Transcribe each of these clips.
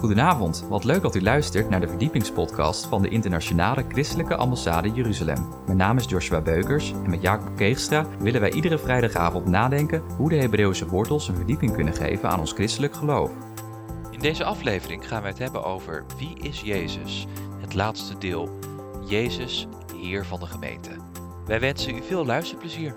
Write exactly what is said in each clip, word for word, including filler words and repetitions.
Goedenavond, wat leuk dat u luistert naar de verdiepingspodcast van de Internationale Christelijke Ambassade Jeruzalem. Mijn naam is Joshua Beukers en met Jacob Keegstra willen wij iedere vrijdagavond nadenken hoe de Hebreeuwse wortels een verdieping kunnen geven aan ons christelijk geloof. In deze aflevering gaan wij het hebben over wie is Jezus? Het laatste deel, Jezus, Heer van de gemeente. Wij wensen u veel luisterplezier.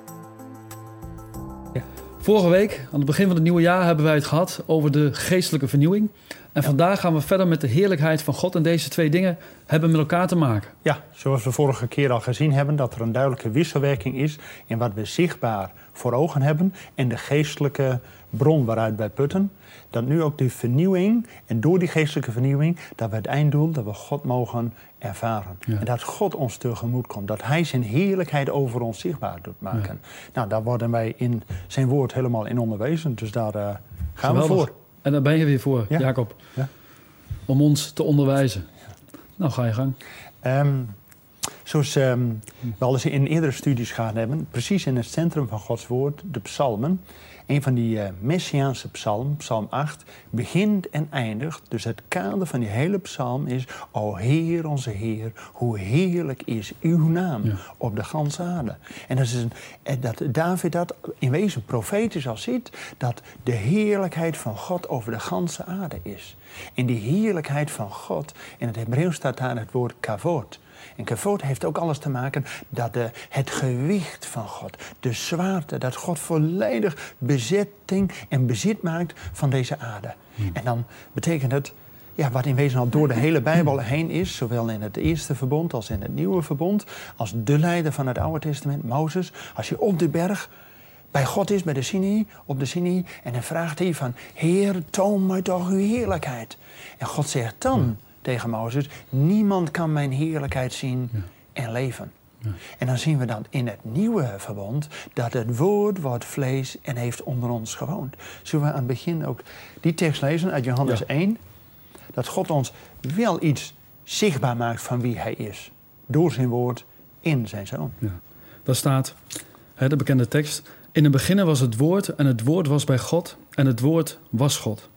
Vorige week, aan het begin van het nieuwe jaar, hebben wij het gehad over de geestelijke vernieuwing. En ja. Vandaag gaan we verder met de heerlijkheid van God. En deze twee dingen hebben met elkaar te maken. Ja, zoals we vorige keer al gezien hebben, dat er een duidelijke wisselwerking is in wat we zichtbaar voor ogen hebben en de geestelijke bron waaruit wij putten. Dat nu ook die vernieuwing, en door die geestelijke vernieuwing, dat we het einddoel, dat we God mogen ervaren. Ja. En dat God ons tegemoet komt. Dat Hij zijn heerlijkheid over ons zichtbaar doet maken. Ja. Nou, daar worden wij in zijn woord helemaal in onderwezen. Dus daar uh, gaan Geweldig. we voor. En daar ben je weer voor, ja. Jacob. Ja. Om ons te onderwijzen. Ja. Nou, ga je gang. Um, zoals um, we al eens in eerdere studies gaan hebben, precies in het centrum van Gods woord, de psalmen. Een van die uh, Messiaanse psalmen, psalm acht, begint en eindigt. Dus het kader van die hele psalm is: O Heer, onze Heer, hoe heerlijk is uw naam ja. op de ganse aarde. En dat, is een, dat David dat in wezen profetisch al ziet, dat de heerlijkheid van God over de ganse aarde is. En die heerlijkheid van God, in het Hebreeuws staat daar het woord kavod. En kavod heeft ook alles te maken dat de, het gewicht van God, de zwaarte, dat God volledig bezetting en bezit maakt van deze aarde. Hmm. En dan betekent het, ja, wat in wezen al door de hele Bijbel heen is, zowel in het eerste verbond als in het nieuwe verbond, als de leider van het Oude Testament, Mozes, als je op de berg bij God is, bij de Sinai, op de Sinai, en dan vraagt hij van: Heer, toon mij toch uw heerlijkheid. En God zegt dan hmm. tegen Mozes: niemand kan mijn heerlijkheid zien ja. en leven. Ja. En dan zien we dan in het nieuwe verbond dat het woord wordt vlees en heeft onder ons gewoond. Zullen we aan het begin ook die tekst lezen uit Johannes ja. één? Dat God ons wel iets zichtbaar maakt van wie hij is. Door zijn woord in zijn zoon. Ja. Daar staat, hè, de bekende tekst: in het begin was het woord en het woord was bij God en het woord was God.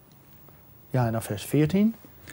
Ja, en dan vers veertien.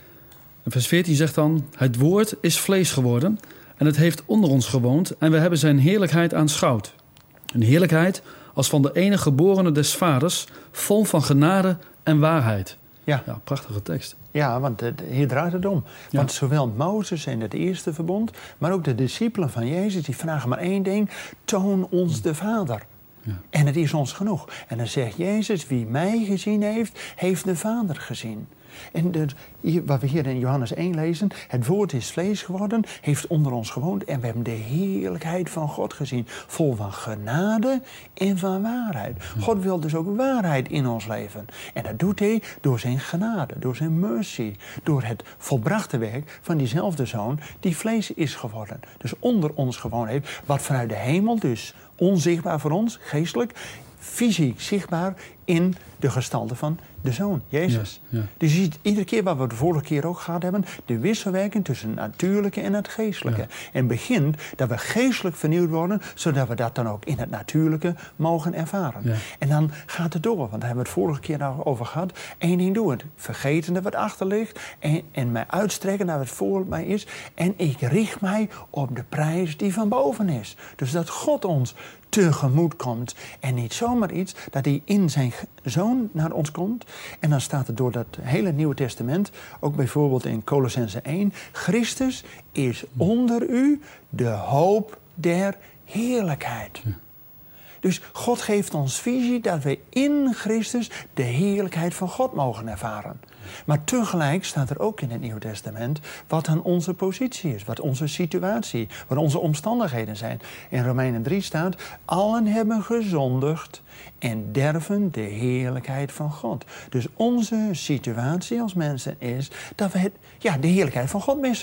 En vers veertien zegt dan: het woord is vlees geworden en het heeft onder ons gewoond en we hebben zijn heerlijkheid aanschouwd. Een heerlijkheid als van de enige geborene des vaders, vol van genade en waarheid. Ja, ja prachtige tekst. Ja, want het, hier draait het om. Ja. Want zowel Mozes in het eerste verbond, maar ook de discipelen van Jezus, die vragen maar één ding: toon ons de Vader. Ja. En het is ons genoeg. En dan zegt Jezus: wie mij gezien heeft, heeft de Vader gezien. En de, wat we hier in Johannes één lezen: het woord is vlees geworden, heeft onder ons gewoond en we hebben de heerlijkheid van God gezien. Vol van genade en van waarheid. Ja. God wil dus ook waarheid in ons leven. En dat doet hij door zijn genade, door zijn mercy. Door het volbrachte werk van diezelfde zoon die vlees is geworden. Dus onder ons gewoond heeft, wat vanuit de hemel dus onzichtbaar voor ons, geestelijk, fysiek zichtbaar in de gestalte van de Zoon, Jezus. Ja, ja. Dus je ziet iedere keer, wat we de vorige keer ook gehad hebben, de wisselwerking tussen het natuurlijke en het geestelijke. Ja. En begint dat we geestelijk vernieuwd worden, zodat we dat dan ook in het natuurlijke mogen ervaren. Ja. En dan gaat het door, want daar hebben we het vorige keer nog over gehad. Eén ding doen, vergeten dat wat achter ligt en, en mij uitstrekken naar wat voor mij is. En ik richt mij op de prijs die van boven is. Dus dat God ons tegemoet komt en niet zomaar iets, dat hij in zijn Zoon naar ons komt. En dan staat het door dat hele Nieuwe Testament, ook bijvoorbeeld in Colossenzen één, Christus is onder u de hoop der heerlijkheid. Ja. Dus God geeft ons visie dat we in Christus de heerlijkheid van God mogen ervaren. Maar tegelijk staat er ook in het Nieuwe Testament wat dan onze positie is, wat onze situatie, wat onze omstandigheden zijn. In Romeinen drie staat: allen hebben gezondigd en derven de heerlijkheid van God. Dus onze situatie als mensen is dat we het, ja, de heerlijkheid van God missen.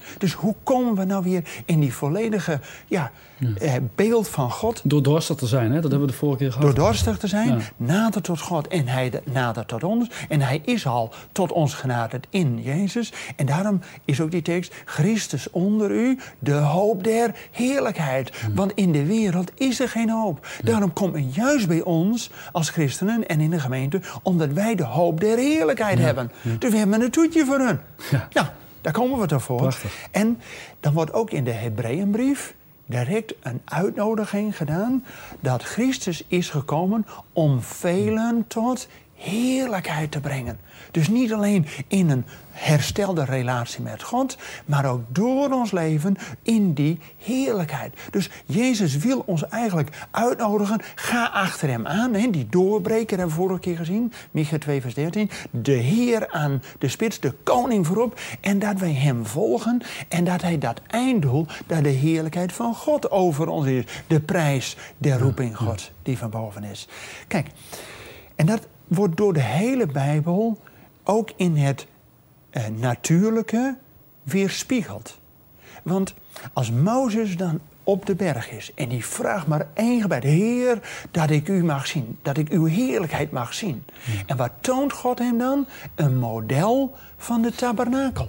Dus hoe komen we nou weer in die volledige ja, ja. Eh, beeld van God? Door dorstig te zijn, hè? Dat hebben we de vorige keer gehad. Door dorstig te zijn, ja. nader tot God en Hij nader tot ons. En Hij is al tot ons genaderd in Jezus. En daarom is ook die tekst, Christus onder u, de hoop der heerlijkheid. Ja. Want in de wereld is er geen hoop. Ja. Daarom komt het juist bij ons als christenen en in de gemeente, omdat wij de hoop der heerlijkheid ja. hebben. Ja. Dus we hebben een toetje voor hun. Ja. ja. Daar komen we toch voor. Prachtig. En dan wordt ook in de Hebreeënbrief direct een uitnodiging gedaan dat Christus is gekomen om velen tot heerlijkheid te brengen. Dus niet alleen in een herstelde relatie met God, maar ook door ons leven in die heerlijkheid. Dus Jezus wil ons eigenlijk uitnodigen, ga achter hem aan. Hè, die doorbreker hebben we vorige keer gezien, Micha twee vers dertien. De Heer aan de spits, de koning voorop. En dat wij hem volgen en dat hij dat einddoel, dat de heerlijkheid van God over ons is. De prijs der roeping God die van boven is. Kijk, en dat wordt door de hele Bijbel ook in het eh, natuurlijke weerspiegeld. Want als Mozes dan op de berg is en die vraagt maar één gebed: Heer, dat ik u mag zien, dat ik uw heerlijkheid mag zien. Ja. En wat toont God hem dan? Een model van de tabernakel.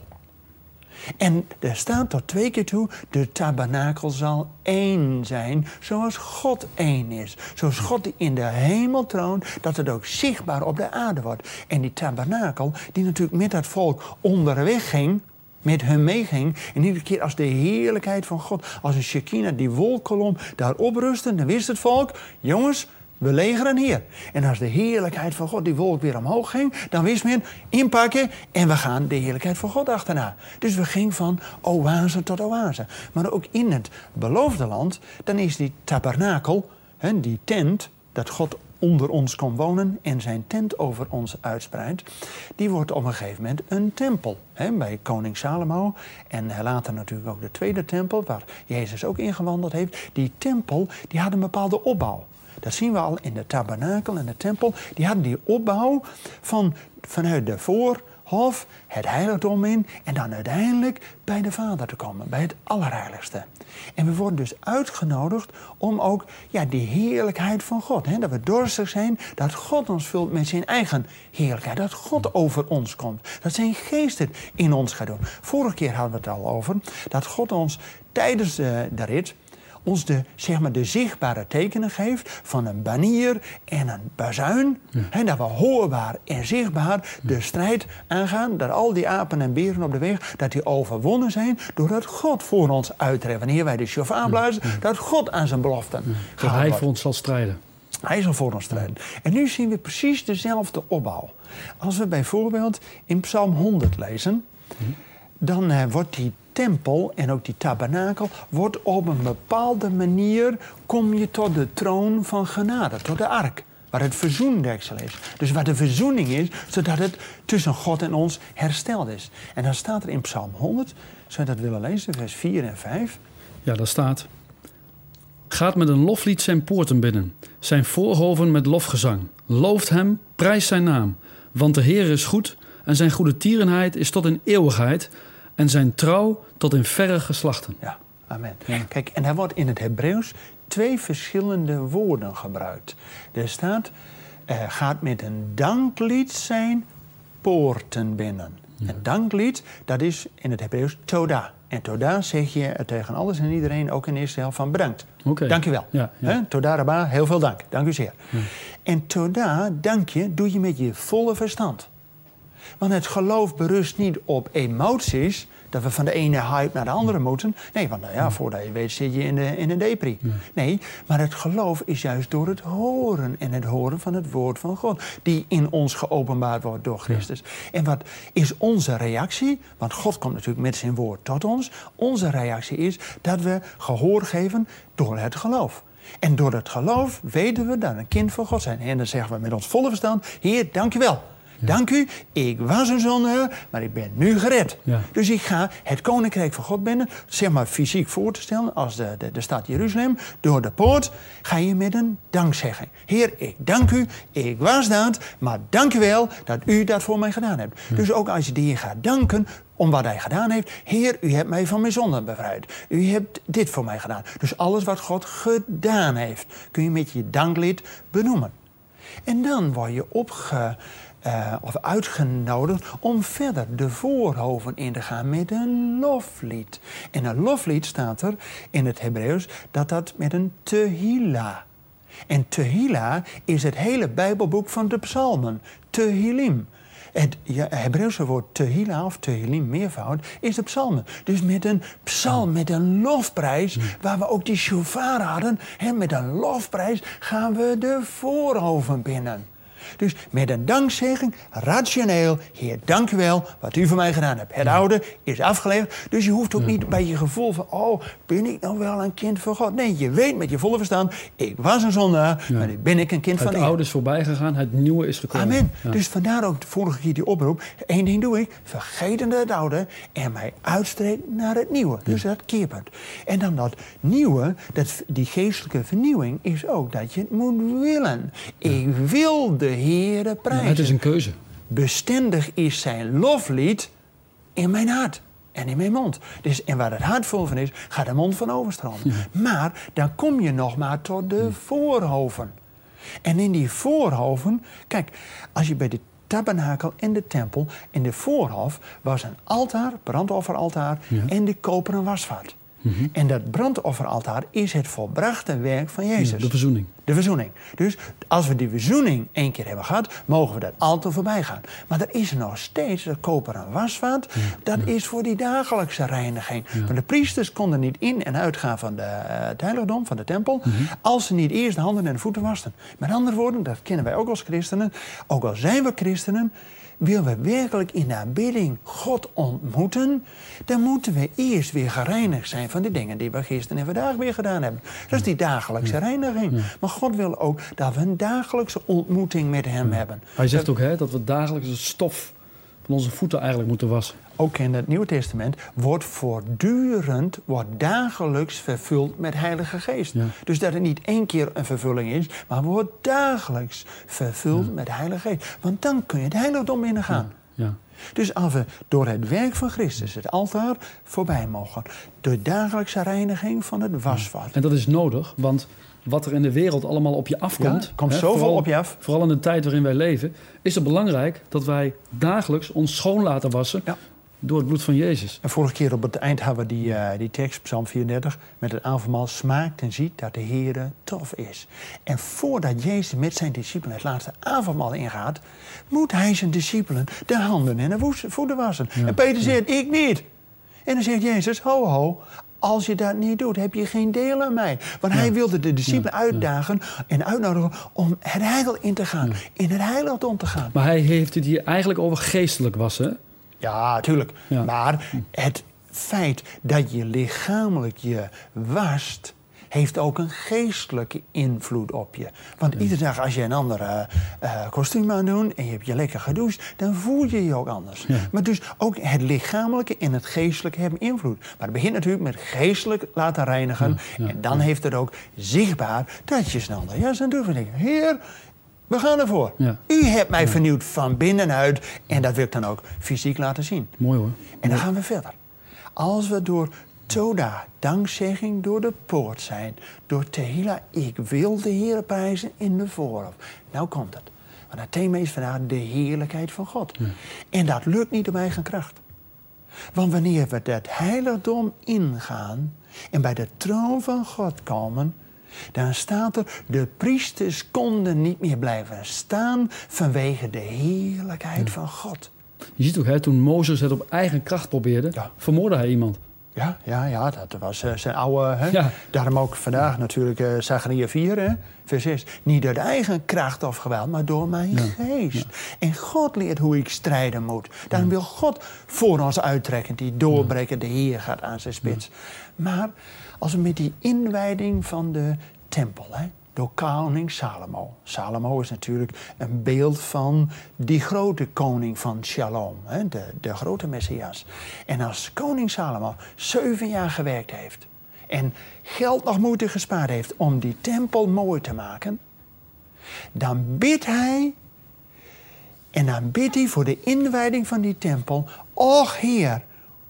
En er staat tot twee keer toe, de tabernakel zal één zijn, zoals God één is. Zoals God die in de hemel troont, dat het ook zichtbaar op de aarde wordt. En die tabernakel, die natuurlijk met dat volk onderweg ging, met hun meeging, en iedere keer als de heerlijkheid van God, als een Shekinah, die wolkkolom, daarop rustte, dan wist het volk, jongens, we legeren hier. En als de heerlijkheid van God die wolk weer omhoog ging, dan wist men, inpakken en we gaan de heerlijkheid van God achterna. Dus we gingen van oase tot oase. Maar ook in het beloofde land, dan is die tabernakel, hè, die tent, dat God onder ons kon wonen en zijn tent over ons uitspreidt, die wordt op een gegeven moment een tempel. Hè, bij koning Salomo en later natuurlijk ook de tweede tempel, waar Jezus ook ingewandeld heeft. Die tempel, die had een bepaalde opbouw. Dat zien we al in de tabernakel en de tempel. Die hadden die opbouw van, vanuit de voorhof, het heiligdom in, en dan uiteindelijk bij de Vader te komen, bij het Allerheiligste. En we worden dus uitgenodigd om ook ja, die heerlijkheid van God, hè, dat we dorstig zijn, dat God ons vult met zijn eigen heerlijkheid, dat God over ons komt, dat zijn geest het in ons gaat doen. Vorige keer hadden we het al over, dat God ons tijdens de, de rit ons de, zeg maar, de zichtbare tekenen geeft van een banier en een bazuin. Ja. He, dat we hoorbaar en zichtbaar de strijd aangaan. Dat al die apen en beren op de weg, dat die overwonnen zijn doordat God voor ons uittrekt. Wanneer wij de shofar blazen, ja. Ja. dat God aan zijn beloften ja. gaat. Dat hij wordt. voor ons zal strijden. Hij zal voor ons strijden. Ja. En nu zien we precies dezelfde opbouw. Als we bijvoorbeeld in Psalm honderd lezen, ja. dan uh, wordt die tempel en ook die tabernakel wordt op een bepaalde manier, kom je tot de troon van genade, tot de ark, waar het verzoendeksel is. Dus waar de verzoening is, zodat het tussen God en ons hersteld is. En dan staat er in Psalm honderd, zou je dat willen lezen, vers vier en vijf? Ja, daar staat: Gaat met een loflied zijn poorten binnen, zijn voorhoven met lofgezang. Looft hem, prijst zijn naam, want de Heer is goed en zijn goede tierenheid is tot in eeuwigheid en zijn trouw tot in verre geslachten. Ja, amen. Ja. Kijk, en er wordt in het Hebreeuws twee verschillende woorden gebruikt. Er staat, uh, gaat met een danklied zijn poorten binnen. Ja. Een danklied, dat is in het Hebreeuws toda. En toda zeg je tegen alles en iedereen, ook in de eerste helft, van bedankt. Okay. Dank je wel. Ja, ja. He? Toda rabba, heel veel dank. Dank u zeer. Ja. En toda, dank je, doe je met je volle verstand. Want het geloof berust niet op emoties, dat we van de ene hype naar de andere moeten. Nee, want nou ja, voordat je weet zit je in de, in een depri. Ja. Nee, maar het geloof is juist door het horen en het horen van het woord van God, die in ons geopenbaard wordt door Christus. Ja. En wat is onze reactie? Want God komt natuurlijk met zijn woord tot ons. Onze reactie is dat we gehoor geven door het geloof. En door het geloof weten we dat we een kind van God zijn. En dan zeggen we met ons volle verstand, Heer, dank je wel. Dank u, ik was een zondaar, maar ik ben nu gered. Ja. Dus ik ga het koninkrijk van God binnen, zeg maar fysiek voor te stellen, als de, de, de stad Jeruzalem, door de poort, ga je met een dankzegging. Heer, ik dank u, ik was dat, maar dank u wel dat u dat voor mij gedaan hebt. Ja. Dus ook als je de Heer gaat danken om wat hij gedaan heeft. Heer, u hebt mij van mijn zonden bevrijd. U hebt dit voor mij gedaan. Dus alles wat God gedaan heeft, kun je met je danklied benoemen. En dan word je opge, uh, of uitgenodigd om verder de voorhoven in te gaan met een loflied. En een loflied staat er in het Hebreeuws dat dat met een tehila. En tehila is het hele Bijbelboek van de psalmen. Tehillim. Het Hebreeuwse woord tehila of tehillim, meervoud, is de psalmen. Dus met een psalm, met een lofprijs, waar we ook die shofar hadden, hè, met een lofprijs gaan we de voorhoven binnen. Dus met een dankzegging, rationeel, Heer, dank u wel wat u voor mij gedaan hebt. Het oude is afgelegd, dus je hoeft ook niet bij je gevoel van, oh, ben ik nou wel een kind van God? Nee, je weet met je volle verstand, ik was een zondaar, ja. maar nu ben ik een kind het van de Heer. Het oude is voorbij gegaan, het nieuwe is gekomen. Amen. Ja. Dus vandaar ook de vorige keer die oproep. Eén ding doe ik, vergetende het oude en mij uitstreek naar het nieuwe. Ja. Dus dat keerpunt. En dan dat nieuwe, dat, die geestelijke vernieuwing, is ook dat je het moet willen. Ja. Ik wil de Heere prijzen. Ja, het is een keuze. Bestendig is zijn loflied in mijn hart en in mijn mond. Dus, en waar het hart vol van is, gaat de mond van overstromen. Ja. Maar dan kom je nog maar tot de ja. voorhoven. En in die voorhoven, kijk, als je bij de tabernakel en de tempel, in de voorhof was een altaar, brandofferaltaar, ja. en de koperen wasvat. Mm-hmm. En dat brandofferaltaar is het volbrachte werk van Jezus. Ja, de verzoening. De verzoening. Dus als we die verzoening één keer hebben gehad, mogen we dat altijd voorbij gaan. Maar er is nog steeds dat koperen wasvat. Ja, dat ja. is voor die dagelijkse reiniging. Ja. Want de priesters konden niet in en uitgaan van de, uh, het heiligdom, van de tempel, mm-hmm. als ze niet eerst de handen en de voeten wasten. Met andere woorden, dat kennen wij ook als christenen. Ook al zijn we christenen, willen we werkelijk in de aanbidding God ontmoeten, dan moeten we eerst weer gereinigd zijn van de dingen die we gisteren en vandaag weer gedaan hebben. Dat is die dagelijkse ja. reiniging. Ja. Maar God wil ook dat we een dagelijkse ontmoeting met hem ja. hebben. Hij zegt dat, ook hè, dat we dagelijks de stof van onze voeten eigenlijk moeten wassen. Ook in het Nieuwe Testament wordt voortdurend, wordt dagelijks vervuld met Heilige Geest. Ja. Dus dat het niet één keer een vervulling is, maar wordt dagelijks vervuld ja. met Heilige Geest. Want dan kun je het heiligdom binnengaan. Ja. Ja. Dus als we door het werk van Christus het altaar voorbij mogen, door dagelijkse reiniging van het wasvat. En dat is nodig, want wat er in de wereld allemaal op je afkomt, ja, komt hè, zoveel vooral, op je af. Vooral in de tijd waarin wij leven, is het belangrijk dat wij dagelijks ons schoon laten wassen ja. door het bloed van Jezus. En vorige keer op het eind hadden we die, uh, die tekst, Psalm vierendertig, met het avondmaal, smaakt en ziet dat de Heere tof is. En voordat Jezus met zijn discipelen het laatste avondmaal ingaat, moet hij zijn discipelen de handen en de voeten wassen. Ja. En Peter zegt, ja. ik niet. En dan zegt Jezus, ho ho, als je dat niet doet, heb je geen deel aan mij. Want ja. hij wilde de discipelen ja. uitdagen en uitnodigen om het heilig in te gaan. Ja. In het heiligdom te gaan. Maar hij heeft het hier eigenlijk over geestelijk wassen. Ja, natuurlijk. Ja. Maar het feit dat je lichamelijk je wast, heeft ook een geestelijke invloed op je. Want ja. iedere dag als je een ander uh, uh, kostuum aan doet en je hebt je lekker gedoucht, dan voel je je ook anders. Ja. Maar dus ook het lichamelijke en het geestelijke hebben invloed. Maar het begint natuurlijk met geestelijk laten reinigen. Ja. Ja. En dan ja. heeft het ook zichtbaar dat je snel naar ja, dan doe je denken, Heer, we gaan ervoor. Ja. U hebt mij ja. vernieuwd van binnenuit en dat wil ik dan ook fysiek laten zien. Mooi hoor. En dan gaan we verder. Als we door Toda, dankzegging door de poort zijn, door Tehila, ik wil de Heere prijzen in de voorhof. Nou komt het. Want het thema is vandaag de heerlijkheid van God. Ja. En dat lukt niet op eigen kracht. Want wanneer we dat heiligdom ingaan en bij de troon van God komen, dan staat er, de priesters konden niet meer blijven staan vanwege de heerlijkheid ja. van God. Je ziet ook, hè, toen Mozes het op eigen kracht probeerde, ja. vermoordde hij iemand. Ja, ja, ja, dat was uh, zijn oude... Hè? Ja. Daarom ook vandaag natuurlijk uh, Zacharia vier, hè, vers zes. Niet door de eigen kracht of geweld, maar door mijn ja. geest. Ja. En God leert hoe ik strijden moet. Daarom ja. wil God voor ons uittrekken, die doorbreken. De Heer gaat aan zijn spits. Ja. Maar als we met die inwijding van de tempel, hè, door koning Salomo. Salomo is natuurlijk een beeld van die grote koning van Shalom, hè, de, de grote Messias. En als koning Salomo zeven jaar gewerkt heeft en geld nog moeite gespaard heeft om die tempel mooi te maken, dan bidt hij en dan bidt hij voor de inwijding van die tempel: Och Heer,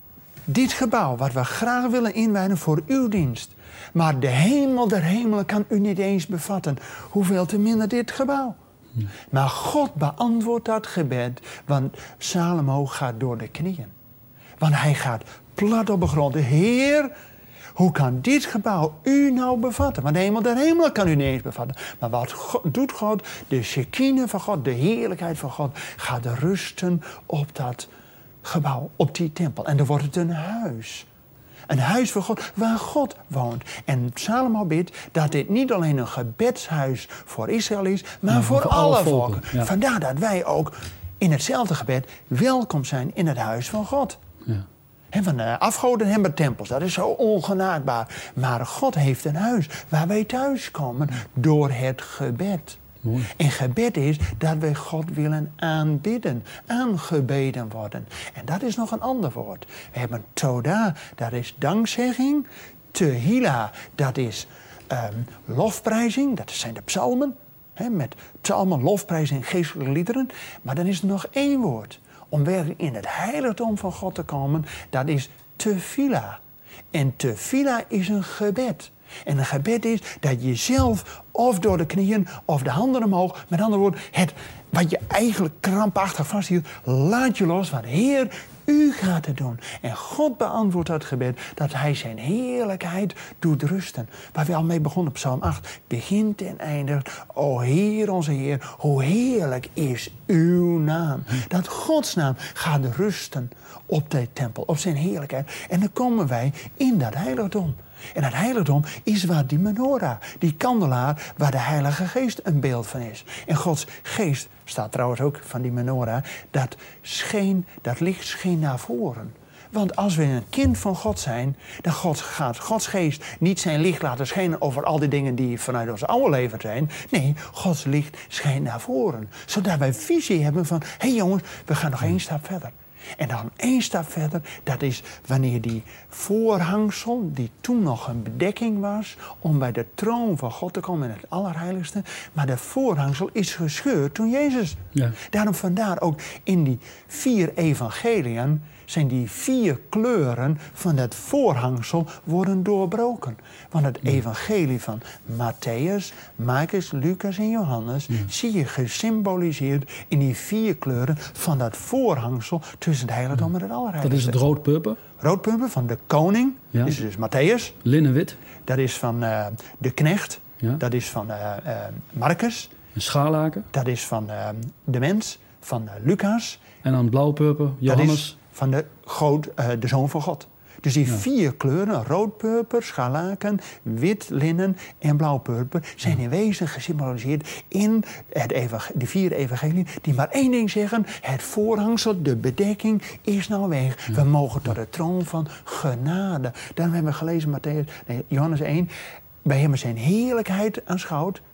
dit gebouw wat we graag willen inwijden voor uw dienst, maar de hemel der hemelen kan u niet eens bevatten. Hoeveel te minder dit gebouw. Ja. Maar God beantwoordt dat gebed, want Salomo gaat door de knieën. Want hij gaat plat op de grond. Heer, hoe kan dit gebouw u nou bevatten? Want de hemel der hemelen kan u niet eens bevatten. Maar wat God, doet God? De Shekinah van God, de heerlijkheid van God, gaat rusten op dat gebouw, op die tempel. En dan wordt het een huis. Een huis voor God, waar God woont. En Salomo bidt dat dit niet alleen een gebedshuis voor Israël is, maar ja, voor, voor alle, alle volken. volken. Ja. Vandaar dat wij ook in hetzelfde gebed welkom zijn in het huis van God. Ja. He, van de afgoden hebben tempels, dat is zo ongenaakbaar. Maar God heeft een huis waar wij thuiskomen door het gebed. Mooi. En gebed is dat wij God willen aanbidden, aangebeden worden. En dat is nog een ander woord. We hebben Toda, dat is dankzegging. Tehila, dat is um, lofprijzing, dat zijn de psalmen. He, met psalmen, lofprijzing, geestelijke liederen. Maar dan is er nog één woord. Om werkelijk in het heiligdom van God te komen, dat is tefila. En tefila is een gebed. En een gebed is dat je zelf of door de knieën of de handen omhoog, met andere woorden, het wat je eigenlijk krampachtig vasthield, laat je los, want Heer, u gaat het doen. En God beantwoordt dat gebed dat hij zijn heerlijkheid doet rusten. Waar we al mee begonnen op Psalm acht. Begint en eindigt. O Heer, onze Heer, hoe heerlijk is uw naam. Dat Gods naam gaat rusten op de tempel, op zijn heerlijkheid. En dan komen wij in dat heiligdom. En het heiligdom is waar die menorah, die kandelaar, waar de Heilige Geest een beeld van is. En Gods geest, staat trouwens ook van die menorah, dat scheen, dat licht scheen naar voren. Want als we een kind van God zijn, dan God, gaat Gods geest niet zijn licht laten schijnen over al die dingen die vanuit ons oude leven zijn. Nee, Gods licht schijnt naar voren. Zodat wij visie hebben van, hé hey jongens, we gaan nog één stap verder. En dan één stap verder, dat is wanneer die voorhangsel, die toen nog een bedekking was, om bij de troon van God te komen in het Allerheiligste. Maar de voorhangsel is gescheurd toen Jezus. Ja. Daarom vandaar ook in die vier evangeliën zijn die vier kleuren van dat voorhangsel worden doorbroken. Want het evangelie van Matthäus, Marcus, Lucas en Johannes ja. zie je gesymboliseerd in die vier kleuren van dat voorhangsel tussen het heiligdom en het Allerheiligste. Dat is het rood-purper? Rood-purper van de koning, ja. dat is dus Matthäus. Linnenwit? Dat is van uh, de knecht, ja. dat is van uh, uh, Marcus. Een scharlaken? Dat is van uh, de mens, van uh, Lucas. En dan blauw-purper, Johannes? Van de, God, uh, de Zoon van God. Dus die ja. vier kleuren, rood purper, scharlaken, wit linnen en blauw purper, zijn in wezen gesymboliseerd in het evang- de vier evangelieën die maar één ding zeggen: het voorhangsel, de bedekking is nou weg. Ja. We mogen tot de troon van genade. Daarom hebben we gelezen Matthäus, nee, Johannes één. Bij hem zijn heerlijkheid aanschouwd,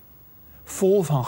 vol van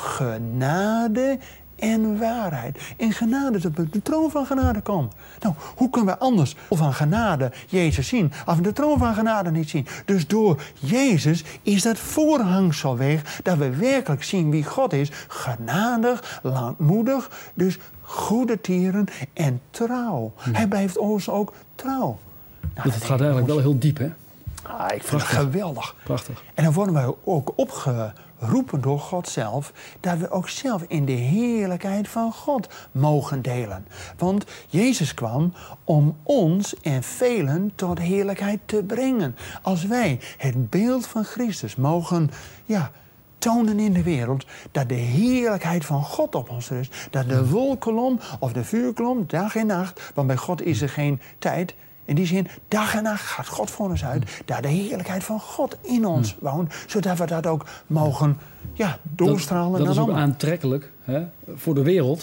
genade en waarheid. In genade, dat we de troon van genade komen. Nou, hoe kunnen we anders van genade Jezus zien, als we de troon van genade niet zien? Dus door Jezus is dat voorhangsel weg, dat we werkelijk zien wie God is. Genadig, langmoedig, dus goede tieren en trouw. Ja. Hij blijft ons ook trouw. Nou, dat het gaat eigenlijk ons... wel heel diep, hè? Ah, ik vind het geweldig. Prachtig. En dan worden wij ook opgeroepen door God zelf, dat we ook zelf in de heerlijkheid van God mogen delen. Want Jezus kwam om ons en velen tot heerlijkheid te brengen. Als wij het beeld van Christus mogen, ja, tonen in de wereld, dat de heerlijkheid van God op ons rust, dat de wolkolom of de vuurkolom dag en nacht, want bij God is er geen tijd. In die zin, dag en nacht gaat God voor ons uit, daar de heerlijkheid van God in ons woont, zodat we dat ook mogen ja, doorstralen. Dat, dat is ook aantrekkelijk, hè, voor de wereld.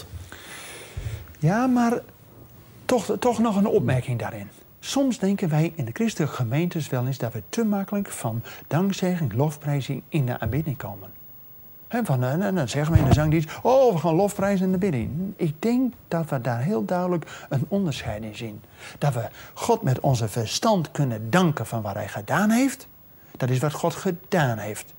Ja, maar toch, toch nog een opmerking daarin. Soms denken wij in de christelijke gemeentes wel eens dat we te makkelijk van dankzegging, lofprijzing in de aanbidding komen. He, van, en dan zeggen we in de zangdienst, oh, we gaan lofprijzen in de bidding. Ik denk dat we daar heel duidelijk een onderscheid in zien. Dat we God met onze verstand kunnen danken van wat hij gedaan heeft. Dat is wat God gedaan heeft.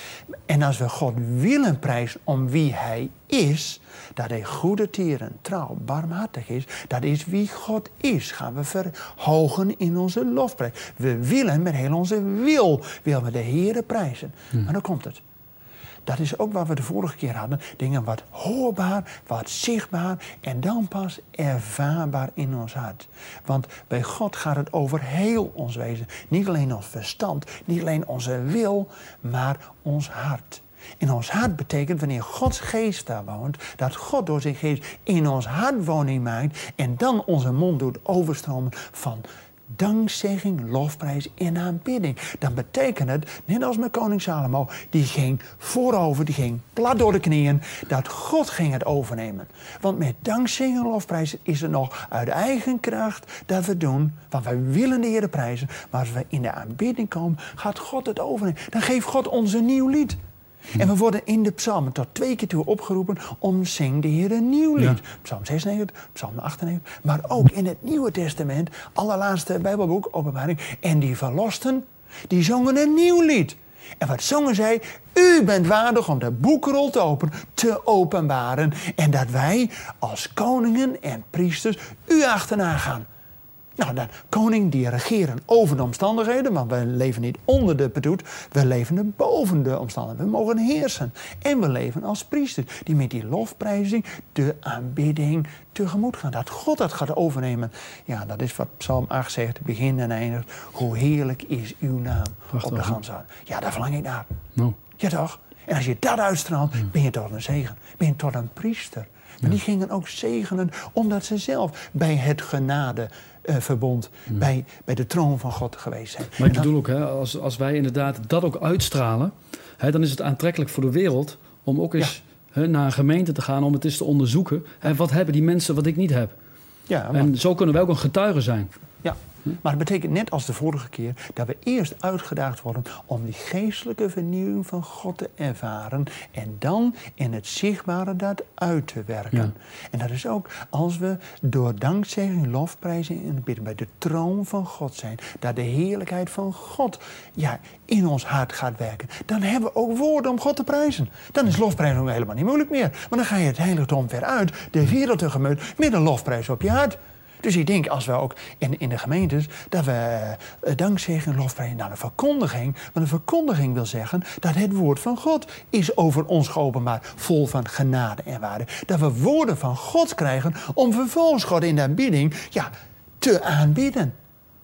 En als we God willen prijzen om wie hij is, dat hij goede tieren, trouw, barmhartig is, dat is wie God is, gaan we verhogen in onze lofprijs. We willen met heel onze wil, willen we de Heere prijzen. Hmm. Maar dan komt het. Dat is ook wat we de vorige keer hadden. Dingen wat hoorbaar, wat zichtbaar en dan pas ervaarbaar in ons hart. Want bij God gaat het over heel ons wezen. Niet alleen ons verstand, niet alleen onze wil, maar ons hart. En ons hart betekent, wanneer Gods geest daar woont, dat God door zijn geest in ons hart woning maakt en dan onze mond doet overstromen van dankzegging, lofprijs en aanbidding. Dan betekent het, net als met koning Salomo, die ging voorover, die ging plat door de knieën, dat God ging het overnemen. Want met dankzegging en lofprijs is het nog uit eigen kracht dat we doen, want wij willen de Heer prijzen, maar als we in de aanbidding komen, gaat God het overnemen. Dan geeft God ons een nieuw lied. En we worden in de psalmen tot twee keer toe opgeroepen om zing de Heer een nieuw lied. Ja. Psalm zesennegentig, psalm achtennegentig. Maar ook in het Nieuwe Testament, allerlaatste Bijbelboek, Openbaring. En die verlosten, die zongen een nieuw lied. En wat zongen zij? U bent waardig om de boekrol te openen, te openbaren. En dat wij als koningen en priesters u achterna gaan. Nou, de koning die regeren over de omstandigheden, want we leven niet onder de bedoet, we leven boven de omstandigheden. We mogen heersen. En we leven als priesters die met die lofprijzing de aanbidding tegemoet gaan. Dat God dat gaat overnemen. Ja, dat is wat Psalm acht zegt, begin en eindigt. Hoe heerlijk is uw naam Prachtig, op de ganse aarde. Ja, daar verlang ik naar. No. Ja toch? En als je dat uitstraalt, ja. ben je tot een zegen. Ben je tot een priester. Maar ja. die gingen ook zegenen omdat ze zelf bij het genade Uh, verbond ja. bij, bij de troon van God geweest zijn. Maar ik bedoel ook, hè, als, als wij inderdaad dat ook uitstralen, hè, dan is het aantrekkelijk voor de wereld om ook eens ja. hè, naar een gemeente te gaan om het eens te onderzoeken. En wat hebben die mensen wat ik niet heb? Ja, maar... En zo kunnen wij ook een getuige zijn. Ja, maar het betekent net als de vorige keer dat we eerst uitgedaagd worden om die geestelijke vernieuwing van God te ervaren en dan in het zichtbare dat uit te werken. Ja. En dat is ook als we door dankzegging, lofprijzing en bidden bij de troon van God zijn, dat de heerlijkheid van God ja, in ons hart gaat werken. Dan hebben we ook woorden om God te prijzen. Dan is lofprijzing helemaal niet moeilijk meer. Maar dan ga je het heiligdom weer uit, de wereld tegemoet, met een lofprijs op je hart. Dus ik denk, als we ook in, in de gemeentes, dat we uh, dankzeggen en lofprijzen naar de verkondiging. Want de verkondiging wil zeggen dat het woord van God is over ons geopenbaard, vol van genade en waarde. Dat we woorden van God krijgen om vervolgens God in de aanbidding ja, te aanbidden.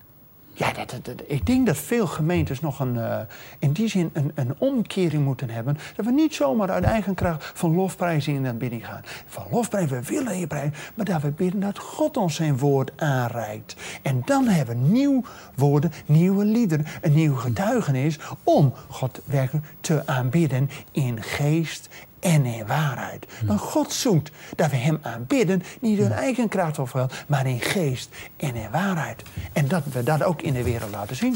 Ja, dat, dat, dat, ik denk dat veel gemeentes nog een, uh, in die zin een, een omkering moeten hebben. Dat we niet zomaar uit eigen kracht van lofprijzing in de aanbidding gaan. Van lofprijzen, we willen je prijzen, maar dat we bidden dat God ons zijn woord aanreikt. En dan hebben we nieuw woorden, nieuwe liederen, een nieuw getuigenis om God werkelijk te aanbidden in geest en in waarheid. Maar God zoekt dat we hem aanbidden, niet door eigen kracht of wel, maar in geest en in waarheid. En dat we dat ook in de wereld laten zien.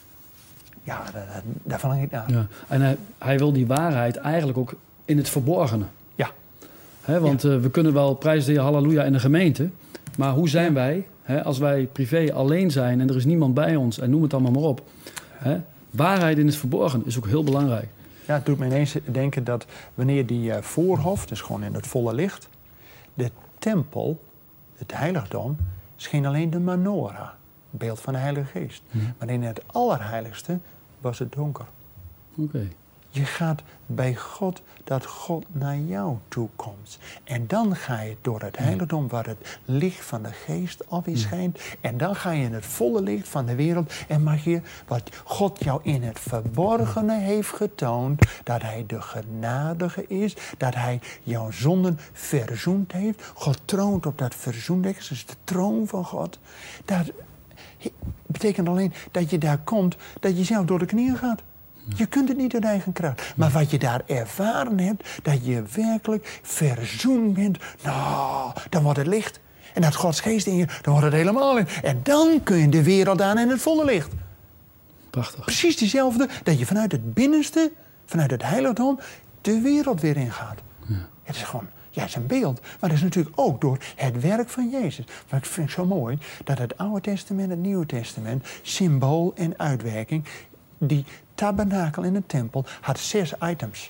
Ja, daar, daar verlang ik naar. Ja. En hij, hij wil die waarheid eigenlijk ook in het verborgene. Ja. He, want ja. Uh, we kunnen wel prijzen de Heer halleluja in de gemeente, maar hoe zijn ja. wij, he, als wij privé alleen zijn en er is niemand bij ons en noem het allemaal maar op. He, waarheid in het verborgen is ook heel belangrijk. Ja, het doet me ineens denken dat wanneer die uh, voorhof, dus gewoon in het volle licht, de tempel, het heiligdom, is geen alleen de menorah, beeld van de Heilige Geest. Ja. Maar in het allerheiligste was het donker. Oké. Okay. Je gaat bij God dat God naar jou toe komt. En dan ga je door het heiligdom waar het licht van de geest op je schijnt. En dan ga je in het volle licht van de wereld. En mag je wat God jou in het verborgene heeft getoond. Dat hij de genadige is. Dat hij jouw zonden verzoend heeft. God troont op dat verzoendek. Dat is de troon van God. Dat betekent alleen dat je daar komt. Dat je zelf door de knieën gaat. Je kunt het niet uit eigen kracht. Maar wat je daar ervaren hebt, dat je werkelijk verzoend bent, nou, dan wordt het licht. En dat Gods geest in je, dan wordt het helemaal in. En dan kun je de wereld aan in het volle licht. Prachtig. Precies diezelfde, dat je vanuit het binnenste, vanuit het heiligdom, de wereld weer ingaat. Ja. Het is gewoon, ja, het is een beeld. Maar het is natuurlijk ook door het werk van Jezus. Maar ik vind het zo mooi dat het Oude Testament en het Nieuwe Testament, symbool en uitwerking, die tabernakel in de tempel had zes items.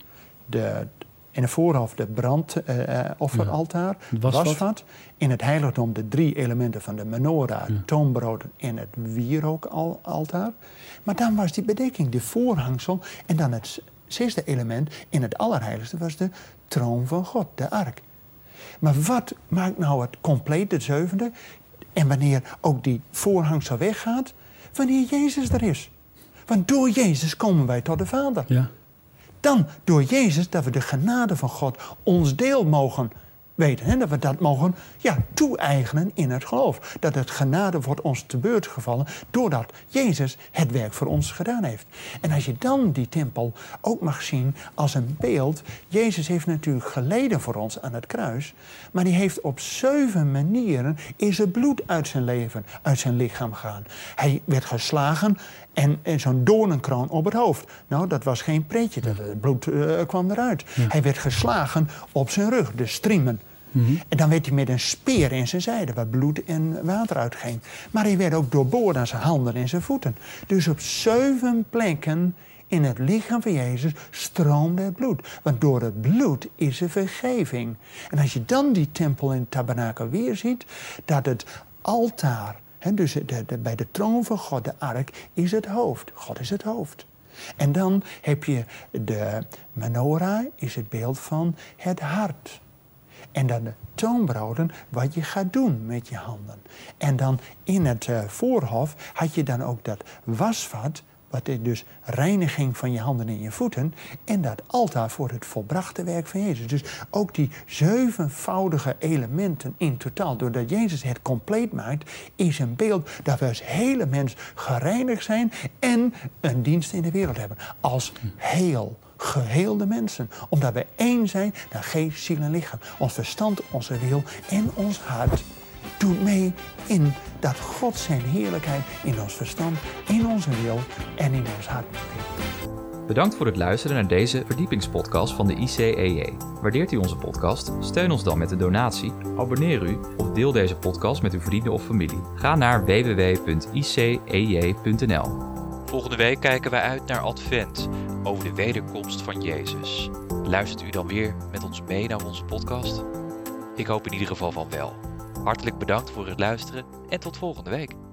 De, in de voorhoofd de brandofferaltaar, uh, ja. wasvat. wasvat. In het heiligdom de drie elementen van de menorah, ja. toonbrood en het wierookaltaar. Maar dan was die bedekking, de voorhangsel. En dan het zesde element in het allerheiligste was de troon van God, de ark. Maar wat maakt nou het compleet, de zevende? En wanneer ook die voorhangsel weggaat? Wanneer Jezus er is. Want door Jezus komen wij tot de Vader. Ja. Dan door Jezus dat we de genade van God ons deel mogen weten. Hè? Dat we dat mogen ja, toe-eigenen in het geloof. Dat het genade wordt ons te beurt gevallen doordat Jezus het werk voor ons gedaan heeft. En als je dan die tempel ook mag zien als een beeld. Jezus heeft natuurlijk geleden voor ons aan het kruis. Maar hij heeft op zeven manieren is het bloed uit zijn leven, uit zijn lichaam gegaan. Hij werd geslagen en, en zo'n doornenkroon op het hoofd. Nou, dat was geen pretje, dat, het bloed uh, kwam eruit. Ja. Hij werd geslagen op zijn rug, de striemen. Mm-hmm. En dan werd hij met een speer in zijn zijde, waar bloed en water uitging. Maar hij werd ook doorboord aan zijn handen en zijn voeten. Dus op zeven plekken in het lichaam van Jezus stroomde het bloed. Want door het bloed is er vergeving. En als je dan die tempel in het tabernakel weer ziet, dat het altaar, he, dus de, de, bij de troon van God, de ark, is het hoofd. God is het hoofd. En dan heb je de menorah, is het beeld van het hart. En dan de toonbroden, wat je gaat doen met je handen. En dan in het uh, voorhof had je dan ook dat wasvat, wat is dus reiniging van je handen en je voeten. En dat altaar voor het volbrachte werk van Jezus. Dus ook die zevenvoudige elementen in totaal, doordat Jezus het compleet maakt, is een beeld dat we als hele mens gereinigd zijn en een dienst in de wereld hebben. Als heel. Geheelde mensen. Omdat wij één zijn naar geest, ziel en lichaam. Ons verstand, onze wil en ons hart doet mee in dat God zijn heerlijkheid in ons verstand, in onze wil en in ons hart brengt. Bedankt voor het luisteren naar deze verdiepingspodcast van de I C E J. Waardeert u onze podcast? Steun ons dan met een donatie, abonneer u of deel deze podcast met uw vrienden of familie. Ga naar w w w punt i c e j punt n l. Volgende week kijken wij uit naar Advent, over de wederkomst van Jezus. Luistert u dan weer met ons mee naar onze podcast? Ik hoop in ieder geval van wel. Hartelijk bedankt voor het luisteren en tot volgende week.